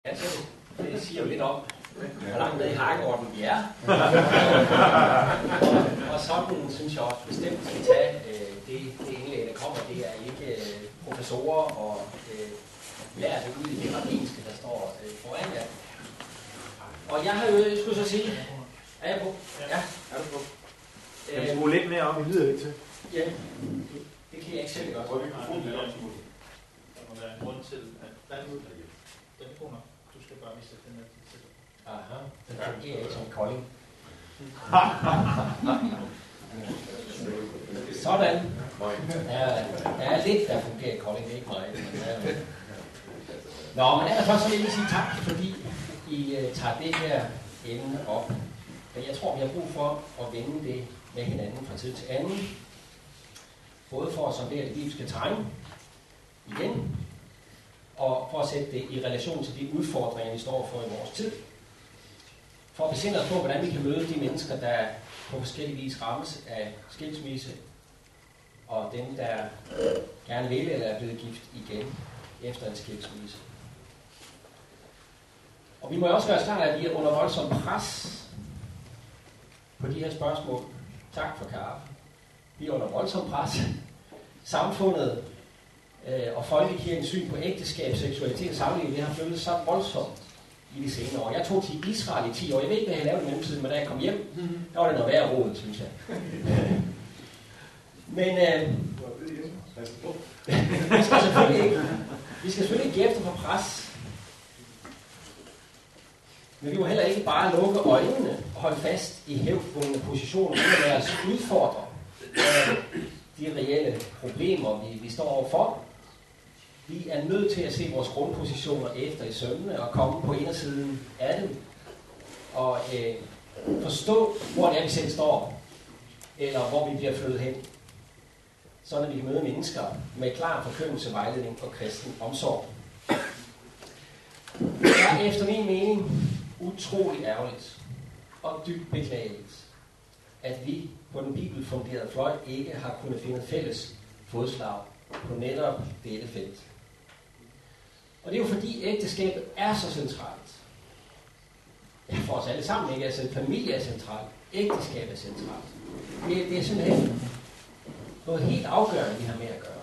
Det siger jo lidt om, hvor langt nede i hakkeorden vi er. Og sådan synes jeg også bestemt skal tage det indlæg, der kommer. Det er ikke professorer og lærte ud i det rabbinske, der står foran jer. Og jeg har jo, skulle så sige, er jeg på? Ja, er du på? Kan vi skrue lidt mere op? Vi lyder lidt til. Ja, det kan jeg ikke selv gøre. Der må være en grund til, at den kroner, du skal bare vise den her til. Aha, den fungerer ikke som Kolding. Sådan. Der er lidt, der fungerer i Kolding, det er ikke meget. Nå, men allerførst så vil jeg lige sige tak, fordi I tager det her emne op. Jeg tror, vi har brug for at vende det med hinanden fra tid til anden. Både for at sondere det bibelske terræn igen, og for at sætte det i relation til de udfordringer, vi står for i vores tid. For at besinde os på, hvordan vi kan møde de mennesker, der på forskellige vis rammes af skilsmisse, og dem, der gerne vil eller er blevet gift igen efter en skilsmisse. Og vi må også gøre klart, at vi er under voldsom pres på de her spørgsmål. Tak for kaffe. Vi er under voldsom pres. Samfundet og folkekirkens syn på ægteskab, seksualitet og samliv, det har flyttet sig voldsomt i de senere år. Jeg tog til Israel i 10 år. Jeg ved ikke, hvad jeg lavede i mellemtiden, men da jeg kom hjem, der var det noget værre råd, synes jeg. Men vi skal selvfølgelig ikke give efter for pres. Men vi må heller ikke bare lukke øjnene og holde fast i hævdvundne positioner, uden at lade os udfordre de reelle problemer, vi står overfor. Vi er nødt til at se vores grundpositioner efter i sømmene og komme på indersiden af dem. Og forstå, hvor det er, vi selv står, eller hvor vi bliver flyttet hen. Sådan at vi kan møde mennesker med klar forkyndelse, vejledning og kristen omsorg. Det er efter min mening utrolig ærgerligt og dybt beklageligt, at vi på den bibelfunderede fløj ikke har kunnet finde fælles fodslag på netop dette felt. Og det er jo fordi ægteskabet er så centralt. Ja, for os alle sammen, ikke? Altså familie er centralt, ægteskab er centralt. Det er simpelthen noget helt afgørende, vi har med at gøre.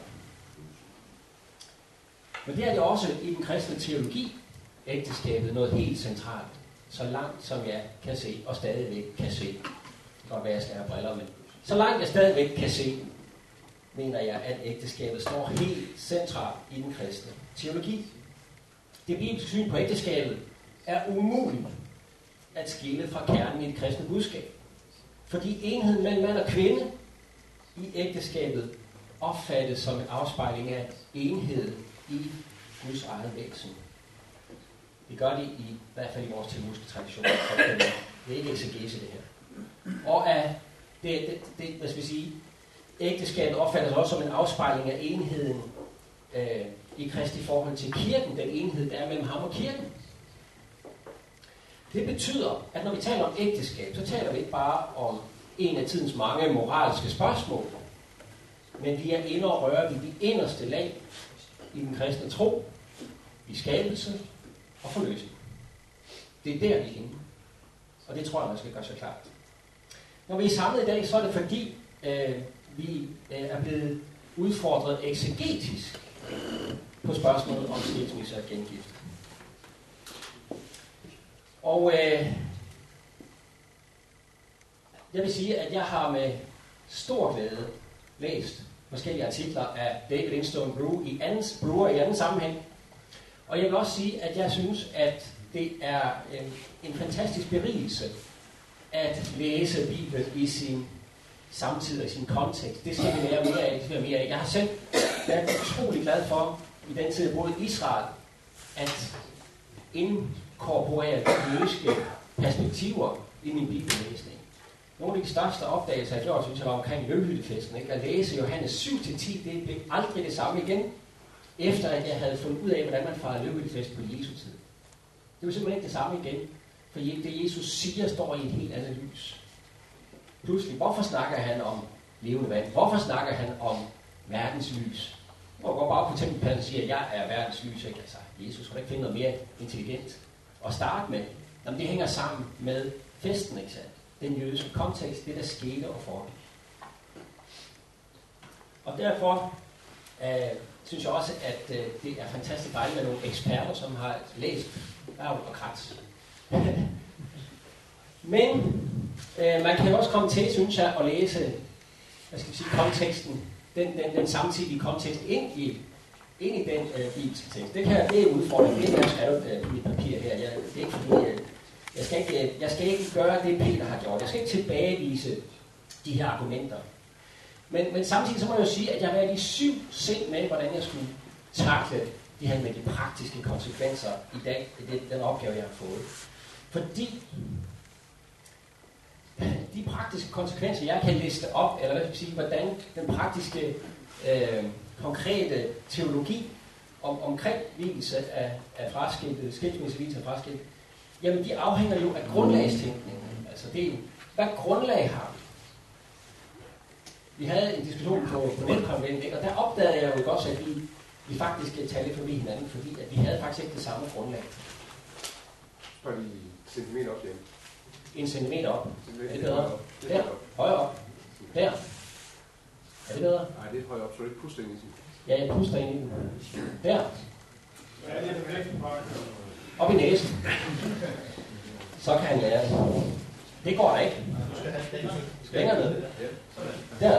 Men det er det også i den kristne teologi, ægteskabet noget helt centralt. Så langt som jeg kan se, og stadigvæk kan se. Det kan godt være, jeg skal have briller, men så langt jeg stadigvæk kan se, mener jeg, at ægteskabet står helt centralt i den kristne teologi. Det bibelske syn på ægteskabet er umuligt at skille fra kernen i det kristne budskab. Fordi enheden mellem mand og kvinde i ægteskabet opfattes som en afspejling af enhed i Guds eget væsen. Vi gør det i hvert fald i vores teologiske tradition. Det er ikke eksegese det her. Og at hvad skal vi sige, ægteskabet opfattes også som en afspejling af enheden i Kristi forhold til kirken, den enhed, der er mellem ham og kirken. Det betyder, at når vi taler om ægteskab, så taler vi ikke bare om en af tidens mange moralske spørgsmål, men vi er inde og rører ved de inderste lag i den kristne tro, i skabelse og forløsning. Det er der, vi er inde. Og det tror jeg, man skal gøre sig klart. Når vi er samlet i dag, så er det fordi, vi er blevet udfordret eksegetisk på spørgsmålet om skilsmisse og gengift. Og jeg vil sige, at jeg har med stor glæde læst forskellige artikler af David Instone Brewer i anden sammenhæng. Og jeg vil også sige, at jeg synes, at det er en fantastisk berigelse at læse Bibelen i sin samtid og i sin kontekst. Det skal vi lære mere af. Jeg har selv været utrolig glad for, i den tid, jeg boede i Israel, at inkorporere de jødiske perspektiver i min bibellæsning. Nogle af de største opdagelser, jeg gjorde, synes jeg var omkring ølhyttefesten. At læse Johannes 7-10, det blev aldrig det samme igen, efter at jeg havde fundet ud af, hvordan man fejrede ølhyttefest på Jesu tid. Det var simpelthen ikke det samme igen, for det Jesus siger, står i et helt andet lys. Pludselig, hvorfor snakker han om levende vand? Hvorfor snakker han om verdens lys? Og går bare på tempelpladsen og siger, at jeg er verdens lys. Ikke? Altså, Jesus, kan du ikke finde noget mere intelligent at starte med? Jamen, det hænger sammen med festen, ikke sandt? Den jødiske kontekst, det der skete og foregik. Og derfor synes jeg også, at det er fantastisk dejligt med nogle eksperter, som har læst Ravl og Kratz. Men man kan også komme til, synes jeg, at læse konteksten, den samtidige kontekst ind i den bibelske tekst. Det er udfordringen. Det er jeg skrevet på mit papir her. Det er ikke fordi, jeg skal ikke gøre det, Peter har gjort. Jeg skal ikke tilbagevise de her argumenter. Men samtidig så må jeg jo sige, at jeg har været i 7 sind med, hvordan jeg skulle takle det her med de praktiske konsekvenser i dag, den opgave, jeg har fået. Fordi de praktiske konsekvenser, jeg kan liste op, eller hvad skal jeg sige, hvordan den praktiske, konkrete teologi omkring vielse af fraskiltet, skilsmissevielse af fraskiltet, jamen de afhænger jo af grundlagstænkningen. Altså det er jo, hvad grundlag har vi? Vi havde en diskussion på netkonventen, og der opdagede jeg jo også, at vi faktisk talte lidt forbi hinanden, fordi at vi havde faktisk ikke det samme grundlag. Bare lige centimeter op igen. 1 centimeter op. Er det bedre? Der. Højere op. Der. Er det bedre? Nej, det er højere op, så du ikke puster ind i den. Ja, jeg puster ind i den. Der. Ja, det er perfekt. Op i næsen. Så kan han lære det. Det går da ikke. Du skal have den. Længere ned. Der.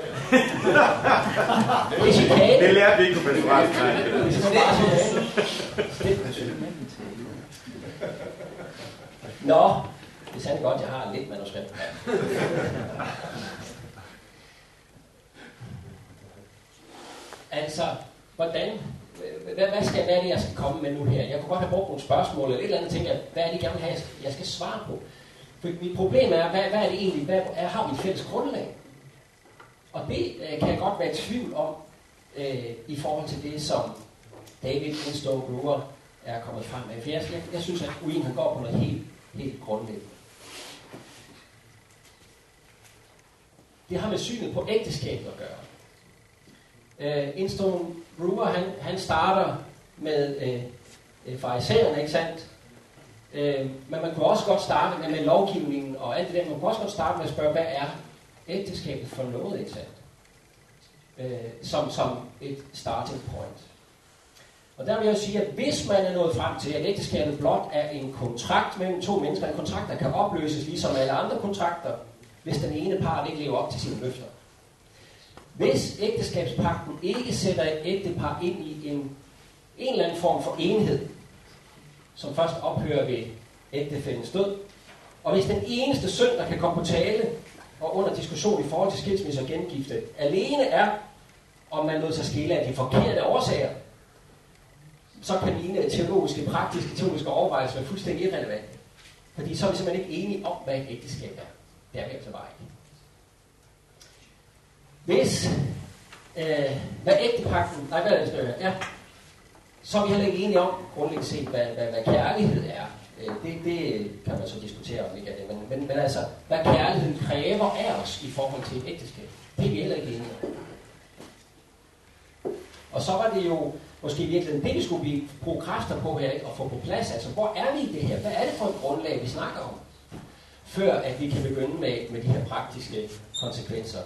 Det er chikane. Det lærte vi ikke på Pæsfrans. Det er chikane. Nå, det er sandt godt, jeg har lidt manuskript her. Altså, hvad er det, jeg skal komme med nu her? Jeg kunne godt have brugt nogle spørgsmål eller et eller andet ting, hvad er det, jeg vil have, jeg skal svare på? For mit problem er, hvad er det egentlig, har vi et fælles grundlag? Og det kan jeg godt være i tvivl om, i forhold til det, som David Instow Brewer er kommet frem med. For jeg synes, at Wien han går på noget helt grundlæggende. Det har med synet på ægteskabet at gøre. Instow Brewer, han starter med farisæerne, ikke sandt? Men man kunne også godt starte med lovgivningen og alt det der. Man kunne også godt starte med at spørge, hvad er ægteskabet for noget, ikke sandt? Som et starting point. Og der vil jeg sige, at hvis man er nået frem til, at ægteskabet blot er en kontrakt mellem 2 mennesker, en kontrakt, der kan opløses ligesom alle andre kontrakter, hvis den ene part ikke lever op til sine løfter. Hvis ægteskabspagten ikke sætter et ægtepar ind i en eller anden form for enhed, som først ophører ved ægtefællens død, og hvis den eneste synd, der kan komme på tale og under diskussion i forhold til skilsmisse og gengifte, alene er, om man lod sig skille af de forkerte årsager, så kan mine teologiske overvejelser være fuldstændig irrelevante. Fordi så er vi simpelthen ikke enige om, hvad et ægteskab er. Det er vi altså bare ikke. Hvis hvad ægtepagten, så er vi heller ikke enige om, grundlæggende set, hvad kærlighed er. Det kan man så diskutere om, ikke er det. Men altså, hvad kærligheden kræver af os i forhold til et ægteskab, det er vi heller ikke enige om. Og så var det jo måske virkelig det, vi skulle bruge kræfter på her, og få på plads. Altså, hvor er vi i det her? Hvad er det for et grundlag, vi snakker om? Før at vi kan begynde med de her praktiske konsekvenser.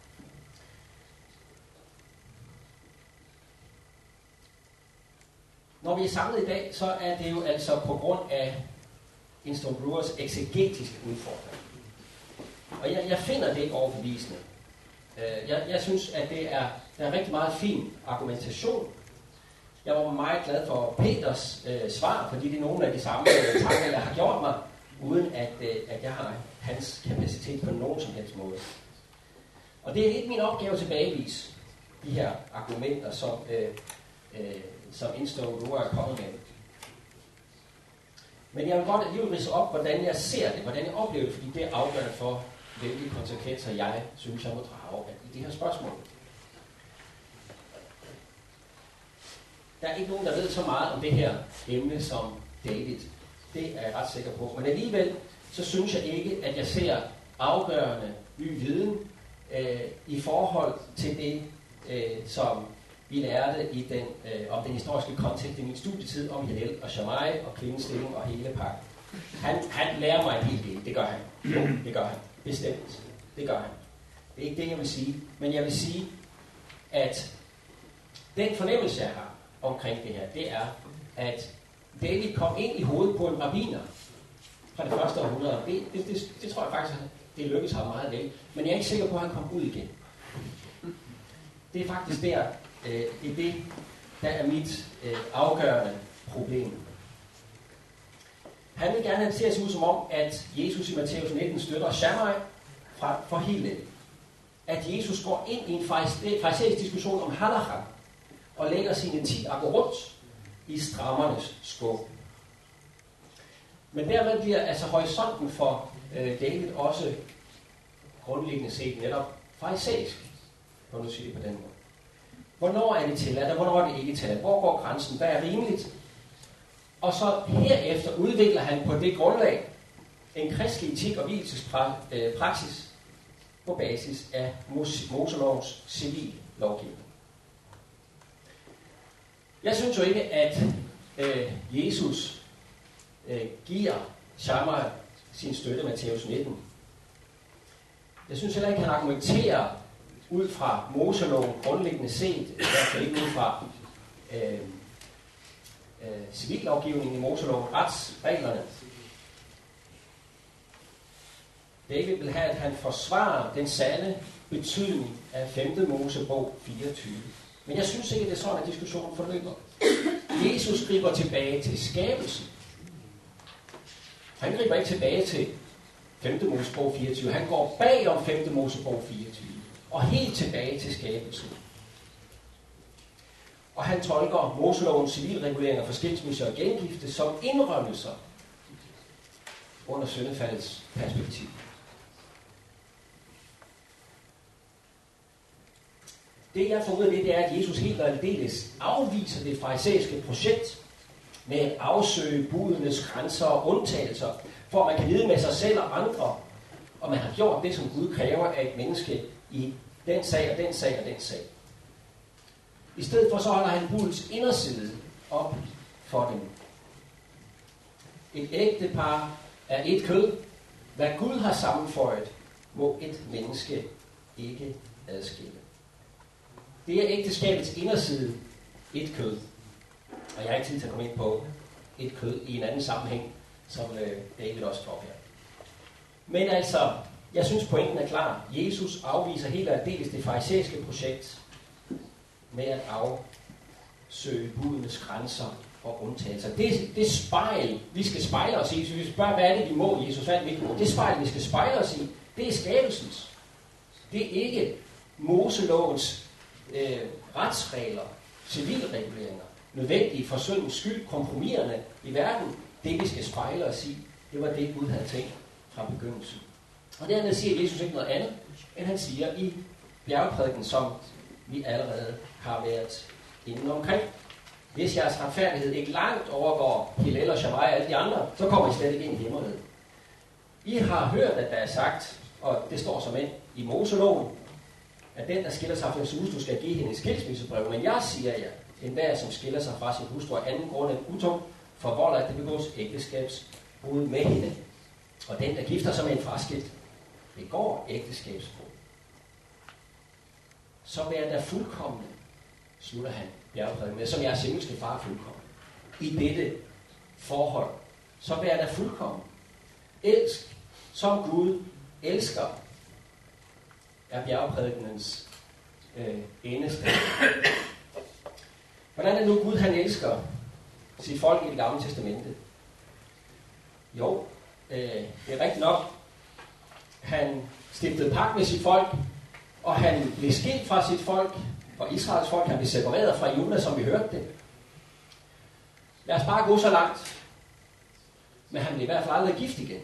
Når vi er samlet i dag, så er det jo altså på grund af Instow Brewers eksegetiske udfordring. Og jeg finder det overbevisende. Jeg synes, at der er rigtig meget fin argumentation. Jeg var meget glad for Peters svar, fordi det er nogle af de samme tanker, jeg har gjort mig, uden at jeg har hans kapacitet på nogen som helst måde. Og det er lidt min opgave at tilbagevise de her argumenter, som Instow Brewer er kommet med. Men jeg vil godt alligevel ridse op, hvordan jeg ser det, hvordan jeg oplever det, fordi det er afgørende for, hvilke konsekvenser jeg synes, jeg må drage i de her spørgsmål. Der er ikke nogen, der ved så meget om det her emne som David. Det er jeg ret sikker på. Men alligevel, så synes jeg ikke, at jeg ser afgørende ny viden i forhold til det, som vi lærte om den historiske kontekst i min studietid om Hillel og Shammai og kvindens stilling og hele pakken. Han lærer mig en hel del, det gør han. Jo, det gør han. Bestemt. Det gør han. Det er ikke det, jeg vil sige. Men jeg vil sige, at den fornemmelse, jeg har omkring det her, det er, at David kom ind i hovedet på en rabbiner fra det første århundrede. Det tror jeg faktisk, det lykkedes ham meget vel. Men jeg er ikke sikker på, at han kom ud igen. Det er faktisk der er mit afgørende problem. Han vil gerne have det til at se ud som om, at Jesus i Matthæus 19 støtter Shammai for Hillel. At Jesus går ind i en farisæisk diskussion om halakha og lægger sine 10 akker rundt i strammernes skub. Men dermed bliver altså horisonten for David også grundlæggende set netop farisæisk, når du siger det på den måde. Hvornår er det tilladt, og hvornår er det ikke tilladt? Hvor går grænsen? Hvad er rimeligt? Og så herefter udvikler han på det grundlag en kristelig etik og vielsespraksis på basis af Moselovens civil lovgivning. Jeg synes jo ikke, at Jesus giver Shammai sin støtte, Matthæus 19. Jeg synes heller ikke, han argumenterer ud fra Moseloven grundlæggende set, i hvert fald ikke ud fra civillovgivningen i Moseloven, retsreglerne. David vil have, at han forsvarer den sande betydning af 5. Mosebog 24. Men jeg synes ikke, det er sådan, at diskussionen forløber. Jesus griber tilbage til skabelsen. Han griber ikke tilbage til 5. Mosebog 24. Han går bag om 5. Mosebog 24. Og helt tilbage til skabelsen. Og han tolker Moselovens civilreguleringer for skilsmisse og gengifte som indrømmelser under syndefaldets perspektiv. Det jeg får ud af det er, at Jesus helt og aldeles afviser det farisæiske projekt med at afsøge budenes grænser og undtagelser, for at man kan vide med sig selv og andre, og man har gjort det, som Gud kræver af et menneske i den sag og den sag og den sag. I stedet for så holder han budets inderside op for dem. Et ægtepar er et kød. Hvad Gud har sammenføjet, må et menneske ikke adskille. Det er ægteskabets inderside, et kød. Og jeg har ikke tid til at komme ind på et kød i en anden sammenhæng, som David også står her. Men altså, jeg synes pointen er klar. Jesus afviser helt og aldeles det farisæiske projekt med at afsøge budenes grænser og undtagelser. Det spejl, vi skal spejle os i, så vi spørger, hvad er det, vi må, Jesus, hvad er det, vi ikke må? Det spejl, vi skal spejle os i, det er skabelsens. Det er ikke Moselovens retsregler, civilreguleringer, nødvendige for syndens skyld, kompromiserne i verden. Det, vi skal spejle os i, det var det, Gud havde tænkt fra begyndelsen. Og dermed siger Jesus ikke noget andet, end han siger i bjergprædiken, som vi allerede har været inde omkring. Hvis jeres retfærdighed ikke langt overgår Hillel og Shammai og alle de andre, så kommer I slet ikke ind i himmelriget. I har hørt, at der er sagt, og det står som ind i Moseloven, at den, der skiller sig fra sin hustru, skal give hende et skilsmissebrev. Men jeg siger jer, enhver, som skiller sig fra sin hustru af anden grund end utung, forvolder, at det begås ægteskabsbrud med hende. Og den, der gifter sig med en fraskilt, begår ægteskabsbrud. Så vær der fuldkomne, slutter han bjergprædiken med, som jeres himmelske far er fuldkommen. I dette forhold, så vær der fuldkommen. Elsk, som Gud elsker, er bjergprædikenens endested. Hvordan er det nu Gud, han elsker sit folk i Det Gamle Testamente? Jo, det er rigtigt nok. Han stiftede pagt med sit folk, og han blev skilt fra sit folk, fra Israels folk. Han blev separeret fra Juda, som vi hørte det. Lad os bare gå så langt. Men han blev i hvert fald aldrig gift igen.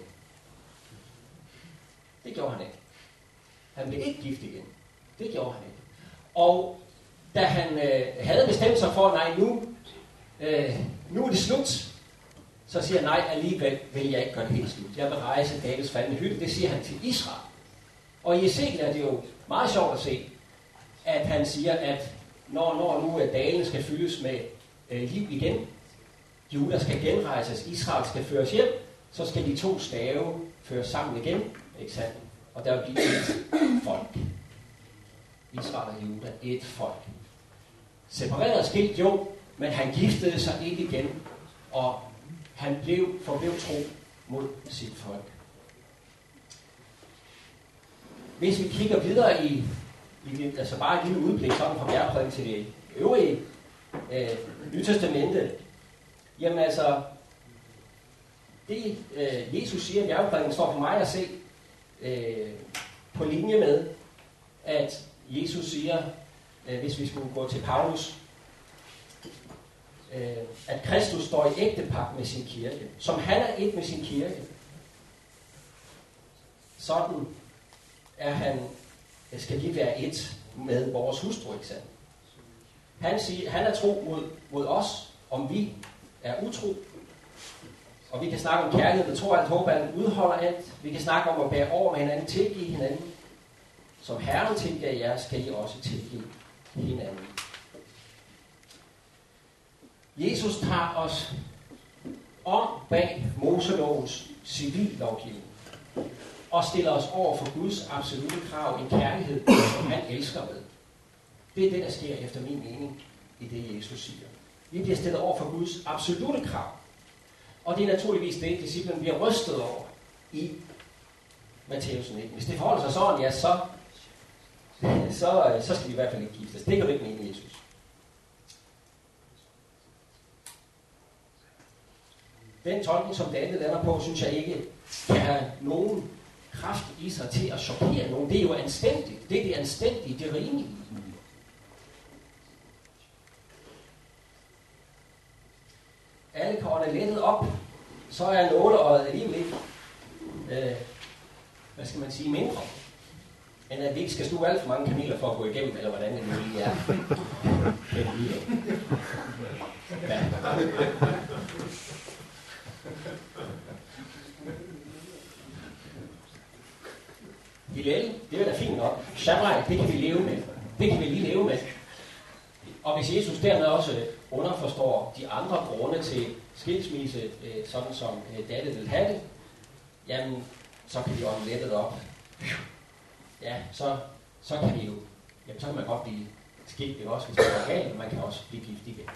Det gjorde han ikke. Han blev ikke gift igen. Det gjorde han ikke. Og da han havde bestemt sig for, nej, nu er det slut, så siger han, nej, alligevel vil jeg ikke gøre det helt slut. Jeg vil rejse Davids faldne hytte. Det siger han til Israel. Og i Ezekiel er det jo meget sjovt at se, at han siger, at når nu dalene skal fyldes med liv igen, Juda skal genrejses, Israel skal føres hjem, så skal de to stave føres sammen igen, ikke sandt? Og der vil blive et folk. Israel og Juda, et folk. Separeret og skilt, jo, men han giftede sig ikke igen, og han forblev tro mod sit folk. Hvis vi kigger videre i altså bare et lille udblik sådan fra bjergprædiken til det øvrige Nye Testamente, jamen altså, det Jesus siger i bjergprædiken står for mig at se på linje med, at Jesus siger, hvis vi skulle gå til Paulus, at Kristus står i ægtepagt med sin kirke. Som han er et med sin kirke, sådan skal vi være et med vores hustru, ikke sandt? Han siger, han er tro mod os, om vi er utro. Og vi kan snakke om kærlighed, der tror alt, håber alt, udholder alt. Vi kan snakke om at bære over med hinanden, tilgive hinanden. Som Herren tilgav jer, skal I også tilgive hinanden. Jesus tager os om bag Moselovens civillovgivning og stiller os over for Guds absolutte krav, en kærlighed, som han elsker med. Det er det, der sker efter min mening i det, Jesus siger. Vi bliver stillet over for Guds absolutte krav. Og det er naturligvis det, disciplen bliver rystet over i Matthæus 19. Hvis det forholder sig sådan, ja, så skal vi i hvert fald ikke giftes. Det kan du ikke mene, Jesus. Den tolkning, som David lander på, synes jeg ikke kan have nogen kraft i sig til at chokere nogen. Det er jo anstændigt. Det er det anstændige, det rimelige. Alle kårene lettet op, så er nåleøjet alligevel ikke, hvad skal man sige, mindre. End at vi ikke skal sluge alt for mange kameler for at gå igennem, eller hvordan det nu lige er. Ja. Hillel, det er da fint nok. Shadrach, det kan vi leve med. Det kan vi lige leve med. Og hvis Jesus dermed også underforstår de andre grunde til skilsmisse, sådan som David vil have det, jamen, så kan vi jo lette det op. Ja, så kan vi jo, jamen, så kan man godt blive skilt, det også, hvis det er galt, men man kan også blive gift igen.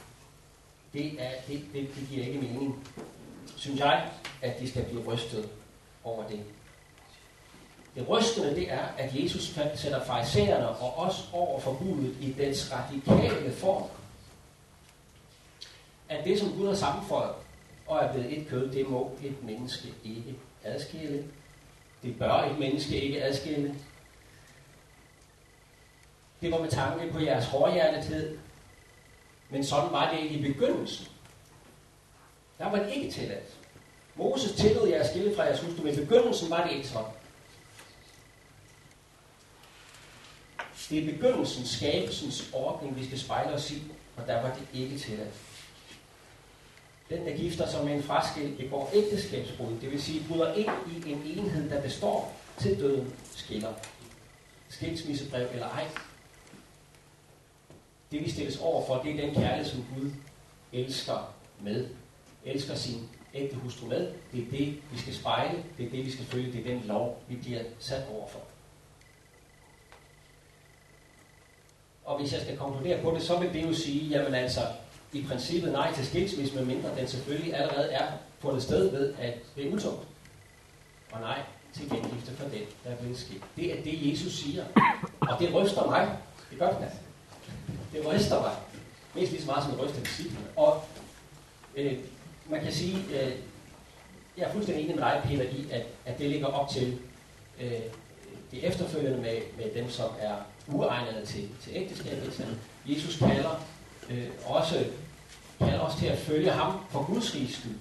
Det giver ikke mening, synes jeg, at de skal blive rystet over det. Det rystende, det er, at Jesus sætter farisæerne og os over for budet i dens radikale form. At det, som Gud har sammenføjet og er blevet et kød, det må et menneske ikke adskille. Det bør et menneske ikke adskille. Det var med tanke på jeres hårdhjertethed, men sådan var det ikke i begyndelsen. Der var det ikke tilladt. Moses tillod jer at skille fra jeres hustru, men i begyndelsen var det ikke sådan. Det er begyndelsen, skabelsens ordning, vi skal spejle os i, og der var det ikke tilladt. Den, der gifter sig med en fraskilt, begår ægteskabsbrud, det vil sige, bryder ind i en enhed, der består til døden skiller. Skilsmissebrev eller ej. Det, vi stilles over for, det er den kærlighed, som Gud elsker med. Elsker sin ægte hustru med. Det er det, vi skal spejle. Det er det, vi skal følge. Det er den lov, vi bliver sat over for. Og hvis jeg skal konkludere på det, så vil det jo sige, jamen altså, i princippet nej til skilsmisse, medmindre den selvfølgelig allerede er fundet sted ved, at det er utungt. Og nej til gengifte for den, der er blevet skilt. Det er det, Jesus siger. Og det ryster mig. Det gør det. Det ryster mig. Mest lige så meget som det ryster disciplene. Og man kan sige, jeg er fuldstændig enig med dig, Peter, i, at det ligger op til det efterfølgende med dem, som er uegnede til ægteskab. Jesus kalder os til at følge ham for Guds riges skyld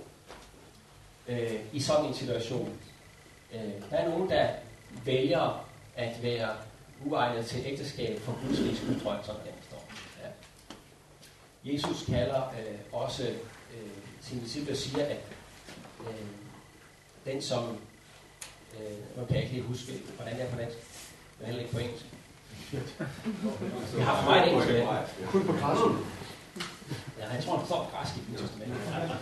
i sådan en situation. Der er nogen, der vælger at være uegnet til ægteskab for Guds riges skyld, tror jeg, sådan den står. Ja. Jesus kalder også sine disciple og siger, at den som nu kan jeg ikke lige huske, hvordan det er på dansk, men heller ikke på engelsk. Jeg har for mig et engelsk. Kun på græsset. Ja, jeg tror, det står på græsk i Det Testamente.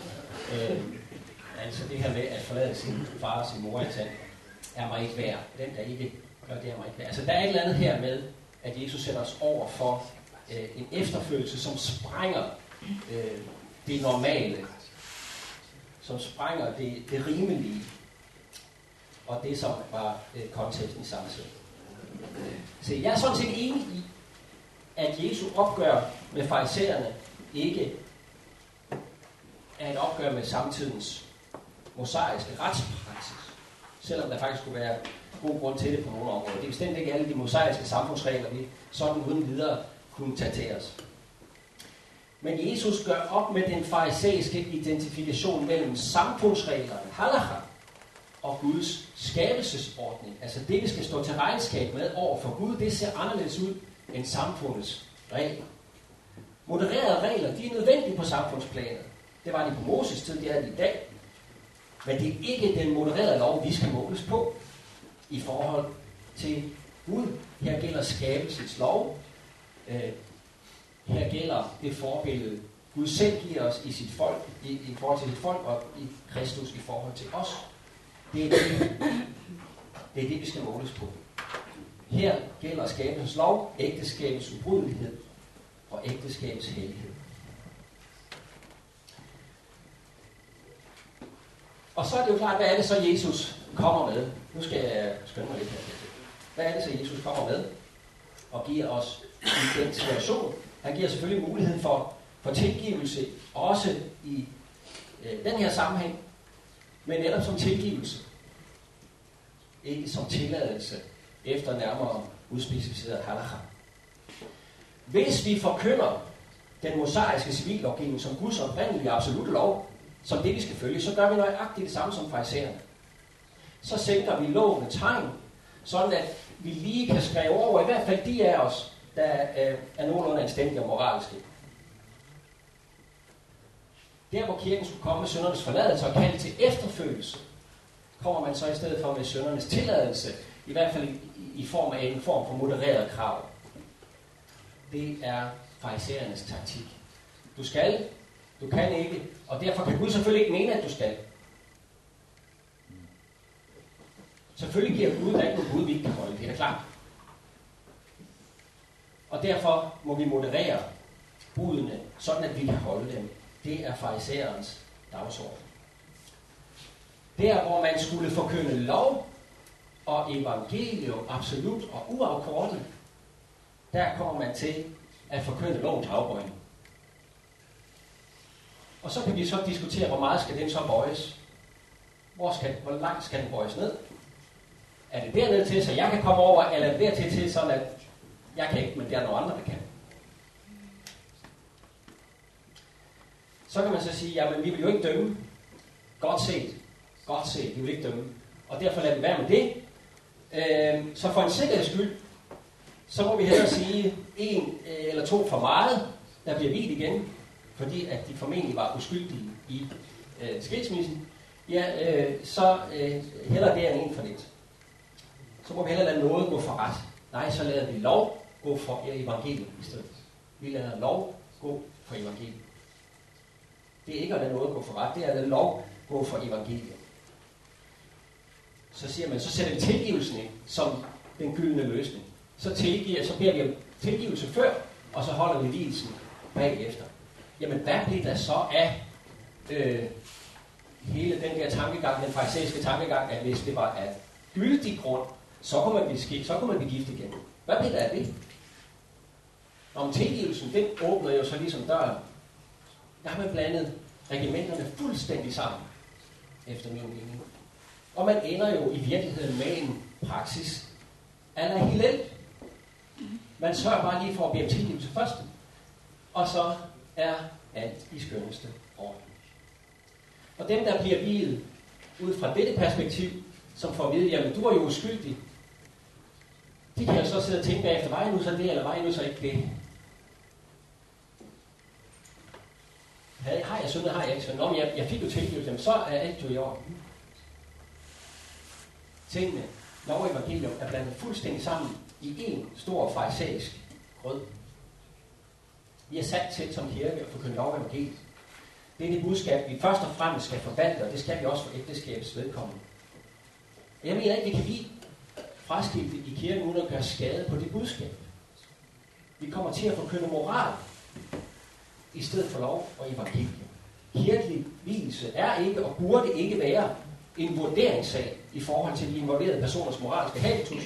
Altså det her med at forlade sin far og sin mor i tand, er mig ikke værd. Den, der ikke gør det, er mig ikke værd. Altså der er et eller andet her med, at Jesus sætter os over for en efterfølgelse, som sprænger det normale, som sprænger det rimelige, og det, som var konteksten samtidig. Så jeg er sådan set enig i, at Jesu opgør med farisæerne ikke er et opgør med samtidens mosaiske retspraksis, selvom der faktisk kunne være god grund til det på nogle områder. Det er bestemt ikke alle de mosaiske samfundsregler, vi sådan uden videre kunne tage til os. Men Jesus gør op med den farisæiske identifikation mellem samfundsreglerne, halakha, og Guds skabelsesordning. Altså det, vi skal stå til regnskab med over for Gud, det ser anderledes ud end samfundets regler. Modererede regler, de er nødvendige på samfundsplanet. Det var de på Moses tid, det er de i dag. Men det er ikke den modererede lov, vi skal måles på i forhold til Gud. Her gælder skabelsens lov. Her gælder det forbillede, Gud selv giver os i sit folk, i forhold til sit folk, og i Kristus i forhold til os. Det er det, vi skal måles på. Her gælder skabelsens lov, ægteskabets ubrydelighed og ægteskabets hellighed. Og så er det jo klart, hvad er det så Jesus kommer med? Nu skal jeg skynde mig lidt her. Hvad er det så Jesus kommer med og giver os i den situation? Han giver selvfølgelig muligheden for tilgivelse, også i den her sammenhæng, men netop som tilgivelse. Ikke som tilladelse efter nærmere udspecificeret halakha. Hvis vi forkynder den mosaiske civillovgivning som Guds oprindelige absolutte lov, som det vi skal følge, så gør vi nøjagtigt det samme som farisæerne. Så sænker vi lovende tegn, sådan at vi lige kan skrive over, i hvert fald de af os, der er nogenlunde anstændige og moralske. Der hvor kirken skulle komme med syndernes forladelse og kalde til efterfølgelse, kommer man så i stedet for med syndernes tilladelse, i hvert fald i form af en form for modereret krav. Det er farisæernes taktik. Du skal, du kan ikke, og derfor kan Gud selvfølgelig ikke mene, at du skal. Selvfølgelig giver Gud, der ikke noget Gud, vi ikke kan holde, det er da klart. Og derfor må vi moderere budene, sådan at vi kan holde dem. Det er farisæerens dagsorden. Der, hvor man skulle forkynde lov og evangelium absolut og uafkortet, der kommer man til at forkynde lovens afbøjning. Og så kan vi så diskutere, hvor meget skal den så bøjes? Hvor langt skal den bøjes ned? Er det dernede til, så jeg kan komme over, eller er det dertil til, sådan at jeg kan ikke, men der er nogle andre, der kan? Så kan man så sige, jamen vi vil jo ikke dømme. Godt set, vi vil ikke dømme. Og derfor lader vi være med det. Så for en sikkerheds skyld, så må vi hellere sige, en eller to for meget, der bliver vidt igen, fordi at de formentlig var uskyldige i skilsmissen. Ja, så hellere det end en for lidt. Så må vi hellere lade noget gå for ret. Nej, så lader vi lov gå for evangeliet i stedet. Vi lader lov gå for evangeliet. Det er ikke at lade noget gå for ret, det er at lade lov gå for evangeliet. Så siger man, så sætter vi tilgivelsen ind som den gyldne løsning. Så beder vi om tilgivelse før, og så holder vi vielsen bagefter. Jamen, hvad bliver der så af hele den der tankegang, den farisæiske tankegang, at hvis det var af gyldig grund, så kunne man blive gift igen. Hvad bliver der af det? Om tilgivelsen, den åbner jo så ligesom døren. Der har man blandet regimenterne fuldstændig sammen, efter min mening. Og man ender jo i virkeligheden med en praksis a la Hillel. Man sørger bare lige for at bede om tilgivelse først, og så er alt i skønneste orden. Og dem, der bliver viet ud fra dette perspektiv, som får at vide, jamen du er jo uskyldig, de kan jo så sidde og tænke bagefter, var jeg nu så det, eller var jeg nu så ikke det? Har jeg syndet, har jeg ikke syndet? Nå, men jeg fik jo tilgivelse, så er alt jo i orden. Tingene lov og evangelium er blandet fuldstændig sammen i en stor farisæisk grød. Vi er sat til som kirke at forkynde lov og evangelium. Det er det budskab, vi først og fremmest skal forvalte, og det skal vi også for ægteskabets vedkommende. Jeg mener ikke, vi kan blive fraskilte i kirken uden at gøre skade på det budskab. Vi kommer til at forkynde moral i stedet for lov og evangelium. Kirkelig vielse er ikke og burde ikke være en vurderingssag i forhold til de involverede personers moralske habitus.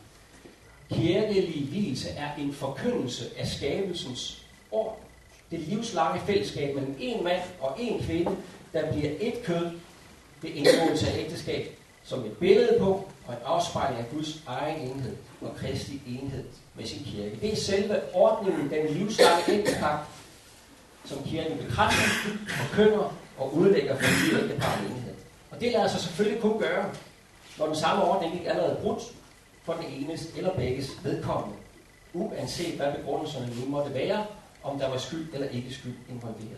Kirkelig vielse er en forkyndelse af skabelsens ord. Det livslange fællesskab mellem en mand og en kvinde, der bliver et kød ved indgåelse af ægteskab, som et billede på og en afspejling af Guds egen enhed og Kristi enhed med sin kirke. Det er selve ordningen, den livslange ægtepagt, som kirken bekræfter, forkynder og udlægger for en ny ægtepagt enhed. Og det lader sig selvfølgelig kun gøre, når den samme ordning ikke allerede er brudt for den enes eller begges vedkommende, uanset hvad begrundelserne nu måtte være, om der var skyld eller ikke skyld involveret.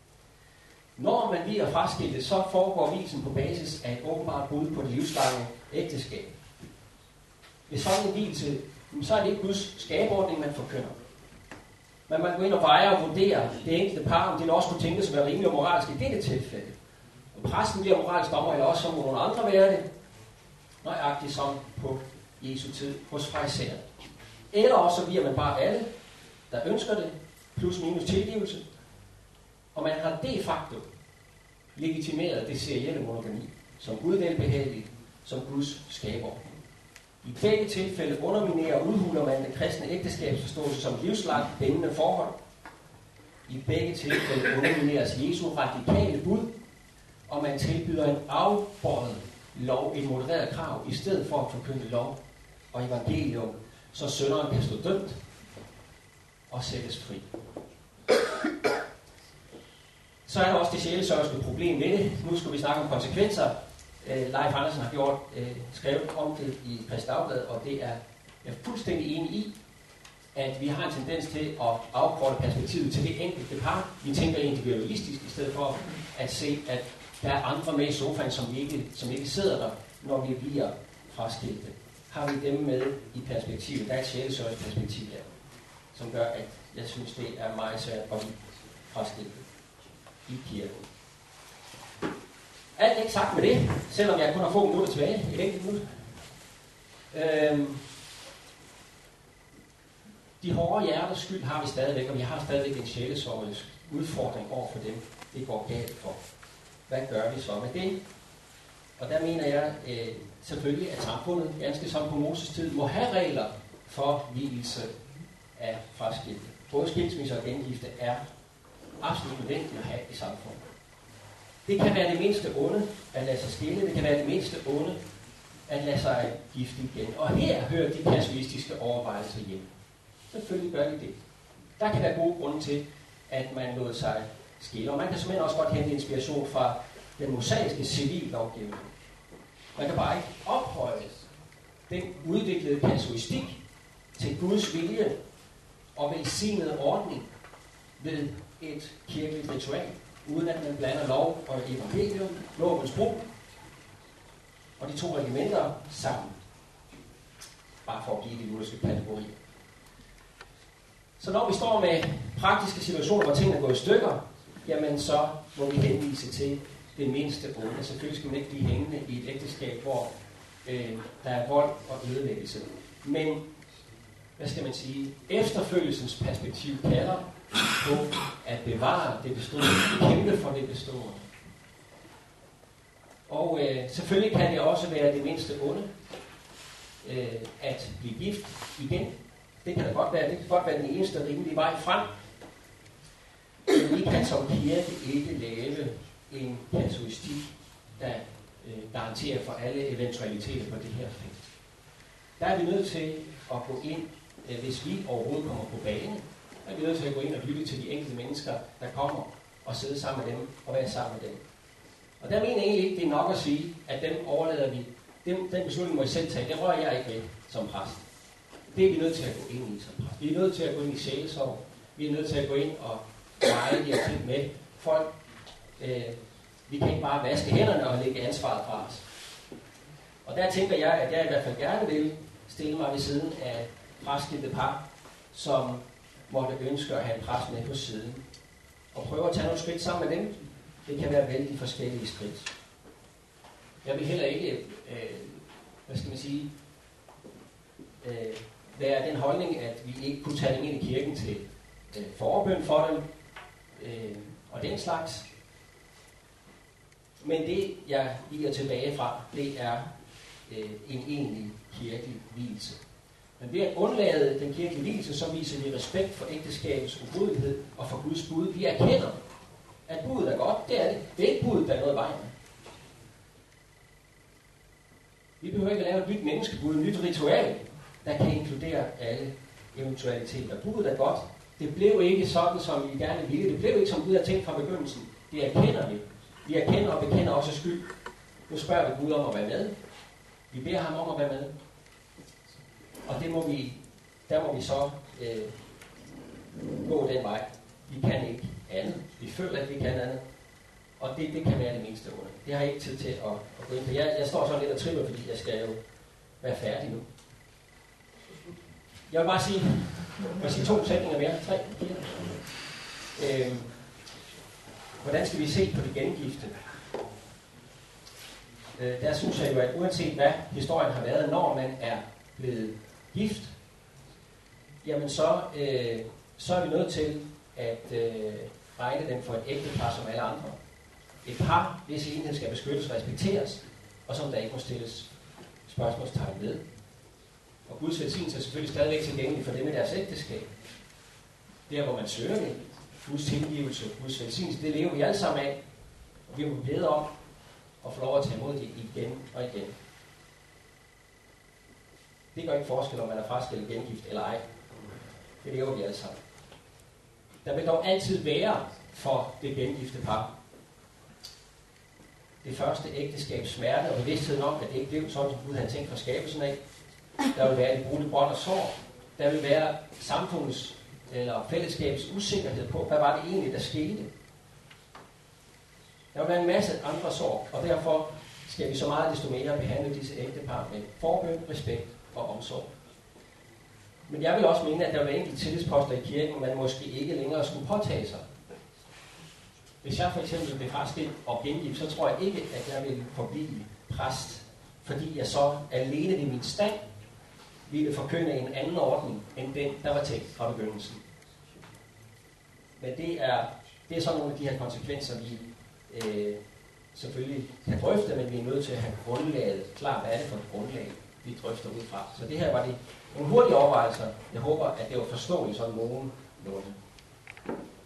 Når man bliver fraskilt, så foregår vielsen på basis af et åbenbart brud på det livslange ægteskab. Ved sådan en vielse, så er det ikke Guds skabeordning, man forkynder. Men man går ind og vejer og vurderer det enkelte par, om det også kunne tænkes at være rimelig og moralsk i dette tilfælde. Og præsten bliver moralsk dommer, eller også som nogle andre være det, nøjagtigt som på Jesu tid hos farisæerne. Eller også bliver man bare alle, der ønsker det, plus minus tilgivelse. Og man har de facto legitimeret det serielle monogami som udvelbehageligt, som Guds skaberordning. I begge tilfælde underminerer og udhuler man det kristne ægteskabsforståelse som livslangt bindende forhold. I begge tilfælde undermineres Jesu radikale bud, og man tilbyder en afbøjet lov, et modereret krav, i stedet for at forkynde lov og evangelium, så synderen kan stå dømt og sættes fri. Så er der også det sjælesørgske problem ved det. Nu skal vi snakke om konsekvenser. Leif Andersen har skrevet om det i Kristi Dagblad, og det er jeg fuldstændig enig i, at vi har en tendens til at afkorte perspektivet til det enkelte par. Vi tænker individualistisk, i stedet for at se, at der er andre med i sofaen, som ikke sidder der, når vi bliver fraskilte. Har vi dem med i perspektivet? Der er et sjælesørgsk perspektiv der, som gør, at jeg synes, det er meget svært at blive fraskilte i kirken. Alt er ikke sagt med det, selvom jeg kun har få minutter tilbage. Et enkelt minut. De hårde hjerters skyld har vi stadigvæk, og vi har stadigvæk en sjælesorgisk udfordring over for dem, det går galt for. Hvad gør vi så med det? Og der mener jeg selvfølgelig, at samfundet, ganske som på Moses tid, må have regler for vielse af fraskilte. Både skilsmisse og gengifte er absolut nødvendigt at have i samfundet. Det kan være det mindste onde at lade sig skille, det kan være det mindste onde at lade sig gifte igen. Og her hører de kasuistiske overvejelser hjem. Selvfølgelig gør de det. Der kan være gode grunde til, at man lod sig skille. Og man kan simpelthen også godt hente inspiration fra den mosaiske civillovgivning. Man kan bare ikke ophøje den udviklede kasuistik til Guds vilje og velsignede ordning ved et kirkeligt ritual, uden at man blander lov og evangelium, lovens brug, og de to elementer sammen. Bare for at blive de lutherske kategorier. Så når vi står med praktiske situationer, hvor tingene går i stykker, jamen så må vi henvise til det mindste onde. Selvfølgelig skal man ikke blive hængende i et ægteskab, hvor der er vold og ødelæggelse. Men, hvad skal man sige, efterfølgelsens perspektiv kalder på at bevare det bestående, kæmpe for det bestående. Og selvfølgelig kan det også være det mindste onde at blive gift igen. Det kan da godt være, det kan godt være den eneste rimelige vej frem. Men vi kan som kirke ikke lave en kasuistik, der garanterer for alle eventualiteter på det her felt. Der er vi nødt til at gå ind, hvis vi overhovedet kommer på banen, der er vi nødt til at gå ind og lytte til de enkelte mennesker, der kommer og sidde sammen med dem og være sammen med dem. Og der mener jeg egentlig ikke, det er nok at sige, at dem overlader vi, den beslutning må I selv tage, det rører jeg ikke ved som præst. Det er vi nødt til at gå ind i som præst. Vi er nødt til at gå ind i sjælesorg. Vi er nødt til at gå ind og veje de her ting med folk. Vi kan ikke bare vaske hænderne og lægge ansvaret fra os. Og der tænker jeg, at jeg i hvert fald gerne vil stille mig ved siden af fraskilte par, som måtte ønske at have en præst med på siden. Og prøve at tage nogle skridt sammen med dem. Det kan være vældig forskellige skridt. Jeg vil heller ikke, være den holdning, at vi ikke kunne tage dem ind i kirken til forbøn for dem, og den slags. Men det, jeg giver tilbage fra, det er en egentlig kirkelig vielse. Men ved at undlade den kirkelige vielse, så viser vi respekt for ægteskabets ubrydelighed og for Guds bud. Vi erkender, at budet er godt. Det er det. Det er ikke budet, der er noget vej med. Vi behøver ikke at lave et nyt menneskebud, et nyt ritual, der kan inkludere alle eventualiteter. Budet er godt. Det blev ikke sådan, som vi gerne ville. Det blev ikke, som Gud havde tænkt fra begyndelsen. Det erkender vi. Vi erkender og bekender også skyld. Nu spørger vi Gud om at være med. Vi beder ham om at være med. Og der må vi så gå den vej. Vi kan ikke andet. Vi føler, at vi kan andet. Og det kan være det mindste under. Det har jeg ikke tid til at gå ind på. Jeg står sådan lidt og tripper, fordi jeg skal jo være færdig nu. Jeg vil bare sige 2 sætninger mere. 3, 4. Hvordan skal vi se på det gengifte? Der synes jeg jo, at uanset hvad historien har været, når man er blevet gift, jamen så er vi nødt til at regne dem for et ægtepar som alle andre. Et par, hvis enhed skal beskyttes og respekteres, og som der ikke må stilles spørgsmålstegn ved. Og Guds velsignelse er selvfølgelig stadigvæk tilgængelig for det med deres ægteskab. Der, hvor man søger det, Guds tilgivelse, Guds velsignelse, det lever vi alle sammen af. Og vi må glæde om at få lov at tage imod det igen og igen. Det gør ikke forskel, om man er fraskilt, gengift eller ej. Det lever vi alle sammen. Der vil dog altid være for det gengifte par det første ægteskabs smerte og bevidstheden om, at det ikke blev sådan, som Gud havde tænkt fra skabelsen af. Der vil være de brudte bånd og sår. Der vil være samfundets eller fællesskabets usikkerhed på, hvad var det egentlig, der skete. Der vil være en masse andre sår, og derfor skal vi så meget desto mere behandle disse ægtepar med forbøn, respekt og omsorg. Men jeg vil også mene, at der var enkelte tillidsposter i kirken, man måske ikke længere skulle påtage sig. Hvis jeg for eksempel blev fraskilt og gengift, så tror jeg ikke, at jeg ville forblive præst, fordi jeg så alene ved min stand ville forkynde en anden ordning, end den, der var tænkt fra begyndelsen. Men det er sådan nogle af de her konsekvenser, vi selvfølgelig kan drøfte, men vi er nødt til at have grundlaget klart, hvad er det for et grundlag, vi drøfter ud fra. Så det her var nogle hurtige overvejelser. Jeg håber, at det var forståeligt sådan nogenlunde.